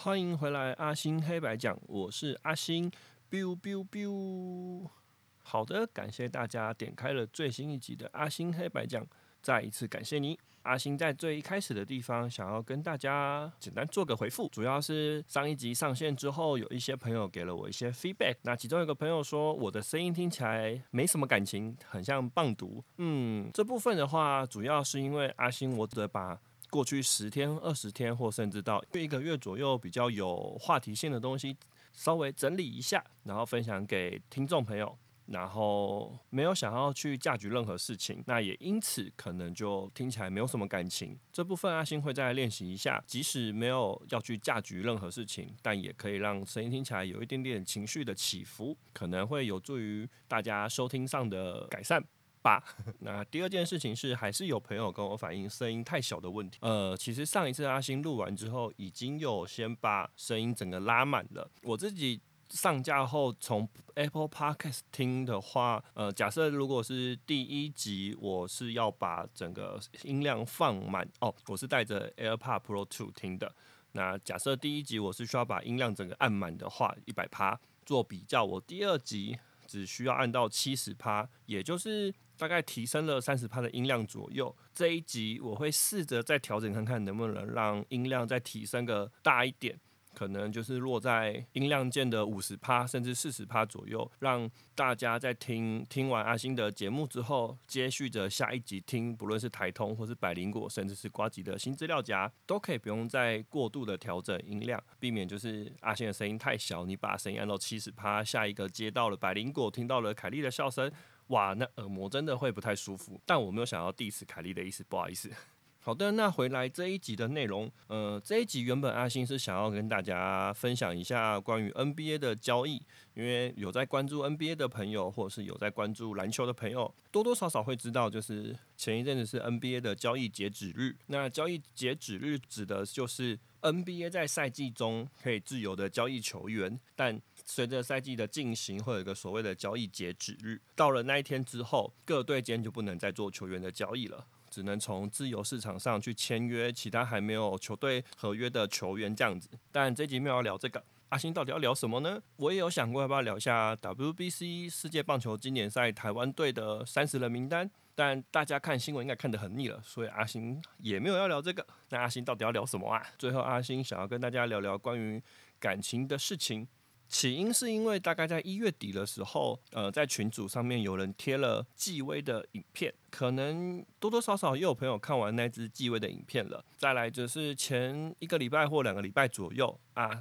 欢迎回来，阿星黑白讲，我是阿星。biu biu biu。好的，感谢大家点开了最新一集的阿星黑白讲，再一次感谢你。阿星在最一开始的地方想要跟大家简单做个回复，主要是上一集上线之后，有一些朋友给了我一些 feedback。那其中有个朋友说我的声音听起来没什么感情，很像棒读。这部分的话，主要是因为阿星我只把过去10天、20天，或甚至到1个月左右比较有话题性的东西，稍微整理一下，然后分享给听众朋友。然后没有想要去架局任何事情，那也因此可能就听起来没有什么感情。这部分阿星会再练习一下，即使没有要去架局任何事情，但也可以让声音听起来有一点点情绪的起伏，可能会有助于大家收听上的改善。那第二件事情是，还是有朋友跟我反映声音太小的问题。其实上一次阿星录完之后，已经有先把声音整个拉满了。我自己上架后从 Apple Podcast 听的话，假设如果是第一集，我是要把整个音量放满我是带着 AirPods Pro 2听的。那假设第一集我是需要把音量整个按满的话，100%做比较，我第二集只需要按到70%，也就是大概提升了30%的音量左右。这一集我会试着再调整看看能不能让音量再提升个大一点，可能就是落在音量键的50%甚至40%左右，让大家在听完阿星的节目之后，接续着下一集听，不论是台通或是百灵果，甚至是呱吉的新资料夹，都可以不用再过度的调整音量，避免就是阿星的声音太小，你把声音按到70%，下一个接到了百灵果，听到了凯莉的笑声，哇，那耳膜真的会不太舒服。但我没有想要 diss 凯莉的意思，不好意思。好的，那回来这一集的内容，这一集原本阿星是想要跟大家分享一下关于 NBA 的交易，因为有在关注 NBA 的朋友，或者是有在关注篮球的朋友，多多少少会知道，就是前一阵子是 NBA 的交易截止日。那交易截止日指的就是 NBA 在赛季中可以自由的交易球员，但随着赛季的进行，会有一个所谓的交易截止日。到了那一天之后，各队间就不能再做球员的交易了，只能从自由市场上去签约其他还没有球队合约的球员这样子。但这集没有要聊这个，阿星到底要聊什么呢？我也有想过要不要聊一下 WBC 世界棒球经典赛台湾队的30人名单，但大家看新闻应该看得很腻了，所以阿星也没有要聊这个。那阿星到底要聊什么啊？最后阿星想要跟大家聊聊关于感情的事情。起因是因为大概在1月底的时候，在群组上面有人贴了纪威的影片，可能多多少少也有朋友看完那支纪威的影片了。再来就是前1个礼拜或2个礼拜左右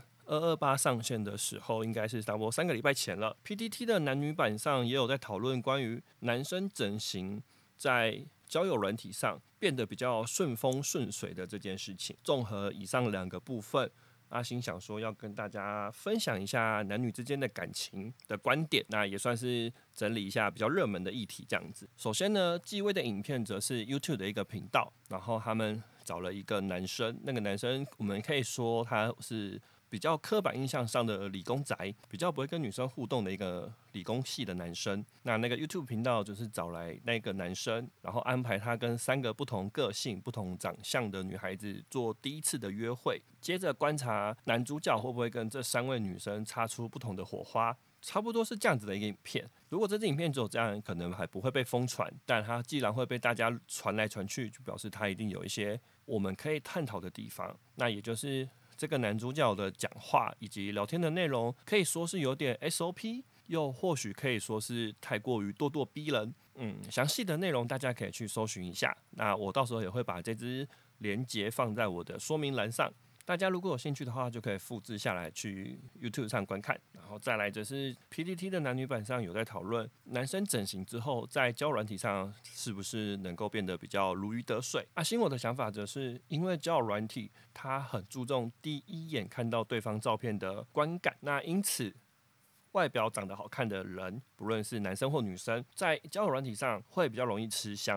228上线的时候，应该是差不多3个礼拜前了。PTT 的男女版上也有在讨论关于男生整形在交友软体上变得比较顺风顺水的这件事情。综合以上2个部分，阿星想说要跟大家分享一下男女之间的感情的观点，那也算是整理一下比较热门的议题这样子。首先呢，纪威的影片则是 YouTube 的一个频道，然后他们找了一个男生，那个男生我们可以说他是比较刻板印象上的理工宅，比较不会跟女生互动的一个理工系的男生。那个 YouTube 频道就是找来那个男生，然后安排他跟3个不同个性、不同长相的女孩子做第一次的约会，接着观察男主角会不会跟这3位女生擦出不同的火花。差不多是这样子的一个影片。如果这支影片只有这样，可能还不会被疯传，但它既然会被大家传来传去，就表示它一定有一些我们可以探讨的地方。那也就是这个男主角的讲话以及聊天的内容，可以说是有点 SOP， 又或许可以说是太过于咄咄逼人。详细的内容大家可以去搜寻一下。那我到时候也会把这支连结放在我的说明栏上。大家如果有兴趣的话，就可以复制下来去 YouTube 上观看。然后再来就是 PTT 的男女版上有在讨论，男生整形之后在交友软体上是不是能够变得比较如鱼得水。阿星我的想法则是，因为交友软体它很注重第一眼看到对方照片的观感，那因此外表长得好看的人，不论是男生或女生，在交友软体上会比较容易吃香，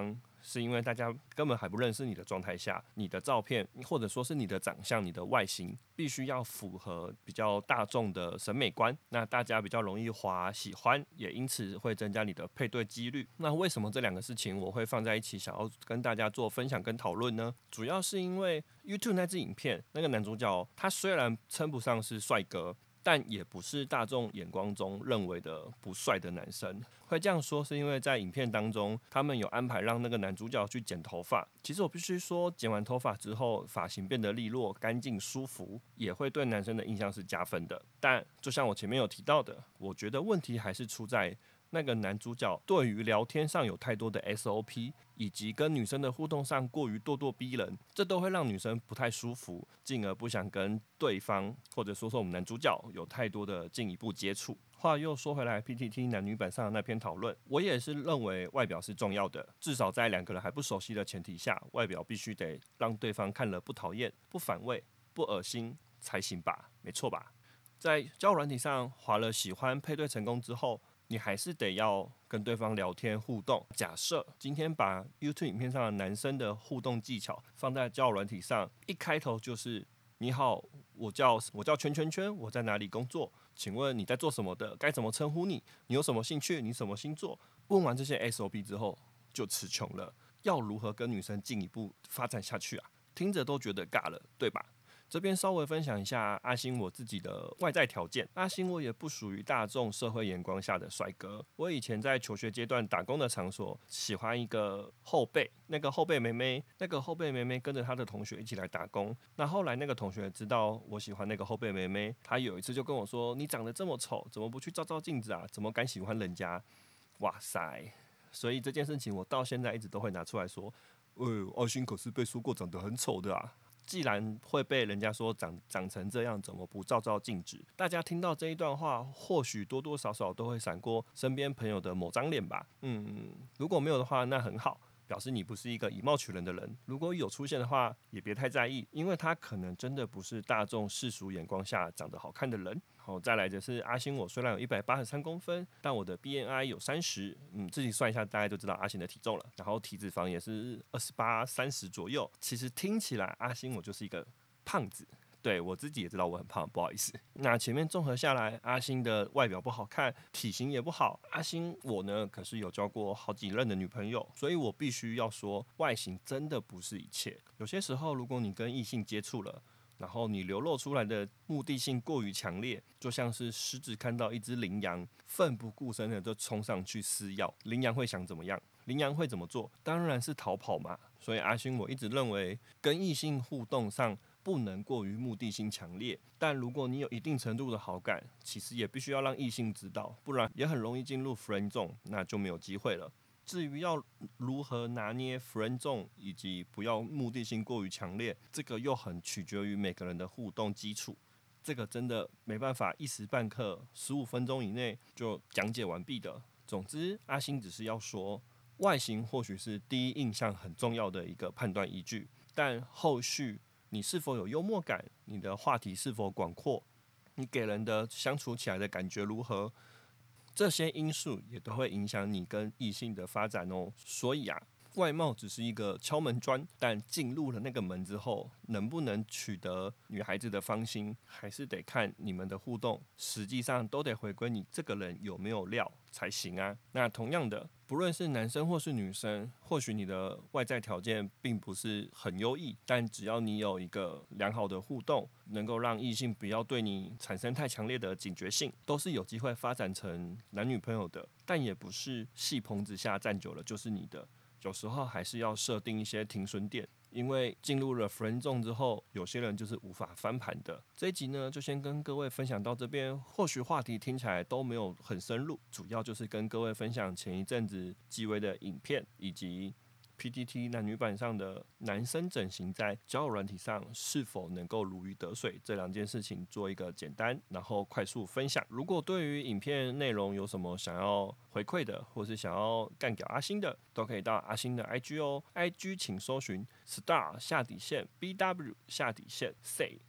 是因为大家根本还不认识你的状态下，你的照片或者说是你的长相、你的外形，必须要符合比较大众的审美观，那大家比较容易喜欢，也因此会增加你的配对几率。那为什么这两个事情我会放在一起，想要跟大家做分享跟讨论呢？主要是因为 YouTube 那支影片，那个男主角他虽然称不上是帅哥，但也不是大众眼光中认为的不帅的男生。会这样说是因为在影片当中，他们有安排让那个男主角去剪头发。其实我必须说，剪完头发之后，发型变得利落、干净、舒服，也会对男生的印象是加分的。但就像我前面有提到的，我觉得问题还是出在那个男主角对于聊天上有太多的 SOP， 以及跟女生的互动上过于咄咄逼人，这都会让女生不太舒服，进而不想跟对方或者说我们男主角有太多的进一步接触。话又说回来 ，PTT 男女版上的那篇讨论，我也是认为外表是重要的，至少在两个人还不熟悉的前提下，外表必须得让对方看了不讨厌、不反胃、不恶心才行吧，没错吧？在交友软体上滑了喜欢配对成功之后，你还是得要跟对方聊天互动。假设今天把 YouTube 影片上的男生的互动技巧放在交友软体上，一开头就是你好，我叫圈圈圈，我在哪里工作？请问你在做什么的？该怎么称呼你？你有什么兴趣？你什么星座？问完这些 SOP 之后，就词穷了。要如何跟女生进一步发展下去啊？听着都觉得尬了，对吧？这边稍微分享一下阿星我自己的外在条件。阿星我也不属于大众社会眼光下的帅哥。我以前在求学阶段打工的场所，喜欢一个后辈，那个后辈妹妹跟着她的同学一起来打工。那后来那个同学知道我喜欢那个后辈妹妹，他有一次就跟我说：“你长得这么丑，怎么不去照照镜子啊？怎么敢喜欢人家？”哇塞！所以这件事情我到现在一直都会拿出来说。阿星可是被说过长得很丑的啊。既然会被人家说长成这样，怎么不照照镜子？大家听到这一段话，或许多多少少都会闪过身边朋友的某张脸吧。如果没有的话，那很好，表示你不是一个以貌取人的人。如果有出现的话，也别太在意，因为他可能真的不是大众世俗眼光下长得好看的人。好，再来就是阿星，我虽然有183公分，但我的 BMI 有30，自己算一下，大概就知道阿星的体重了。然后体脂肪也是28、30左右。其实听起来阿星我就是一个胖子。对，我自己也知道我很胖，不好意思。那前面综合下来，阿星的外表不好看，体型也不好。阿星我呢，可是有交过好几任的女朋友，所以我必须要说，外形真的不是一切。有些时候，如果你跟异性接触了，然后你流露出来的目的性过于强烈，就像是狮子看到一只羚羊，奋不顾身的就冲上去撕咬，羚羊会想怎么样？羚羊会怎么做？当然是逃跑嘛。所以阿勋我一直认为，跟异性互动上不能过于目的性强烈，但如果你有一定程度的好感，其实也必须要让异性知道，不然也很容易进入 friend zone， 那就没有机会了。至于要如何拿捏 friend zone 以及不要目的性过于强烈，这个又很取决于每个人的互动基础。这个真的没办法一时半刻15分钟以内就讲解完毕的。总之，阿星只是要说，外形或许是第一印象很重要的一个判断依据，但后续你是否有幽默感，你的话题是否广阔，你给人的相处起来的感觉如何，这些因素也都会影响你跟异性的发展哦。所以啊，外貌只是一个敲门砖，但进入了那个门之后，能不能取得女孩子的芳心，还是得看你们的互动，实际上都得回归你这个人有没有料才行啊。那同样的，不论是男生或是女生，或许你的外在条件并不是很优异，但只要你有一个良好的互动，能够让异性不要对你产生太强烈的警觉性，都是有机会发展成男女朋友的。但也不是戏棚子下站久了就是你的，有时候还是要设定一些停损点，因为进入了 friend zone 之后，有些人就是无法翻盘的。这一集呢，就先跟各位分享到这边。或许话题听起来都没有很深入，主要就是跟各位分享前一阵子纪薇的影片，以及PTT 男女版上的男生整形在交友软体上是否能够如鱼得水这两件事情做一个简单然后快速分享。如果对于影片内容有什么想要回馈的，或是想要干掉阿星的，都可以到阿星的 IG 哦。IG 请搜寻 star 下底线 BW 下底线 say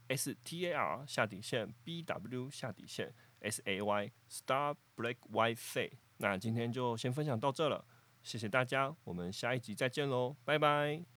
STAR 下底线 BW 下底线 SAY Star Black White Say。那今天就先分享到这了。 谢谢大家，我们下一集再见喽，拜拜。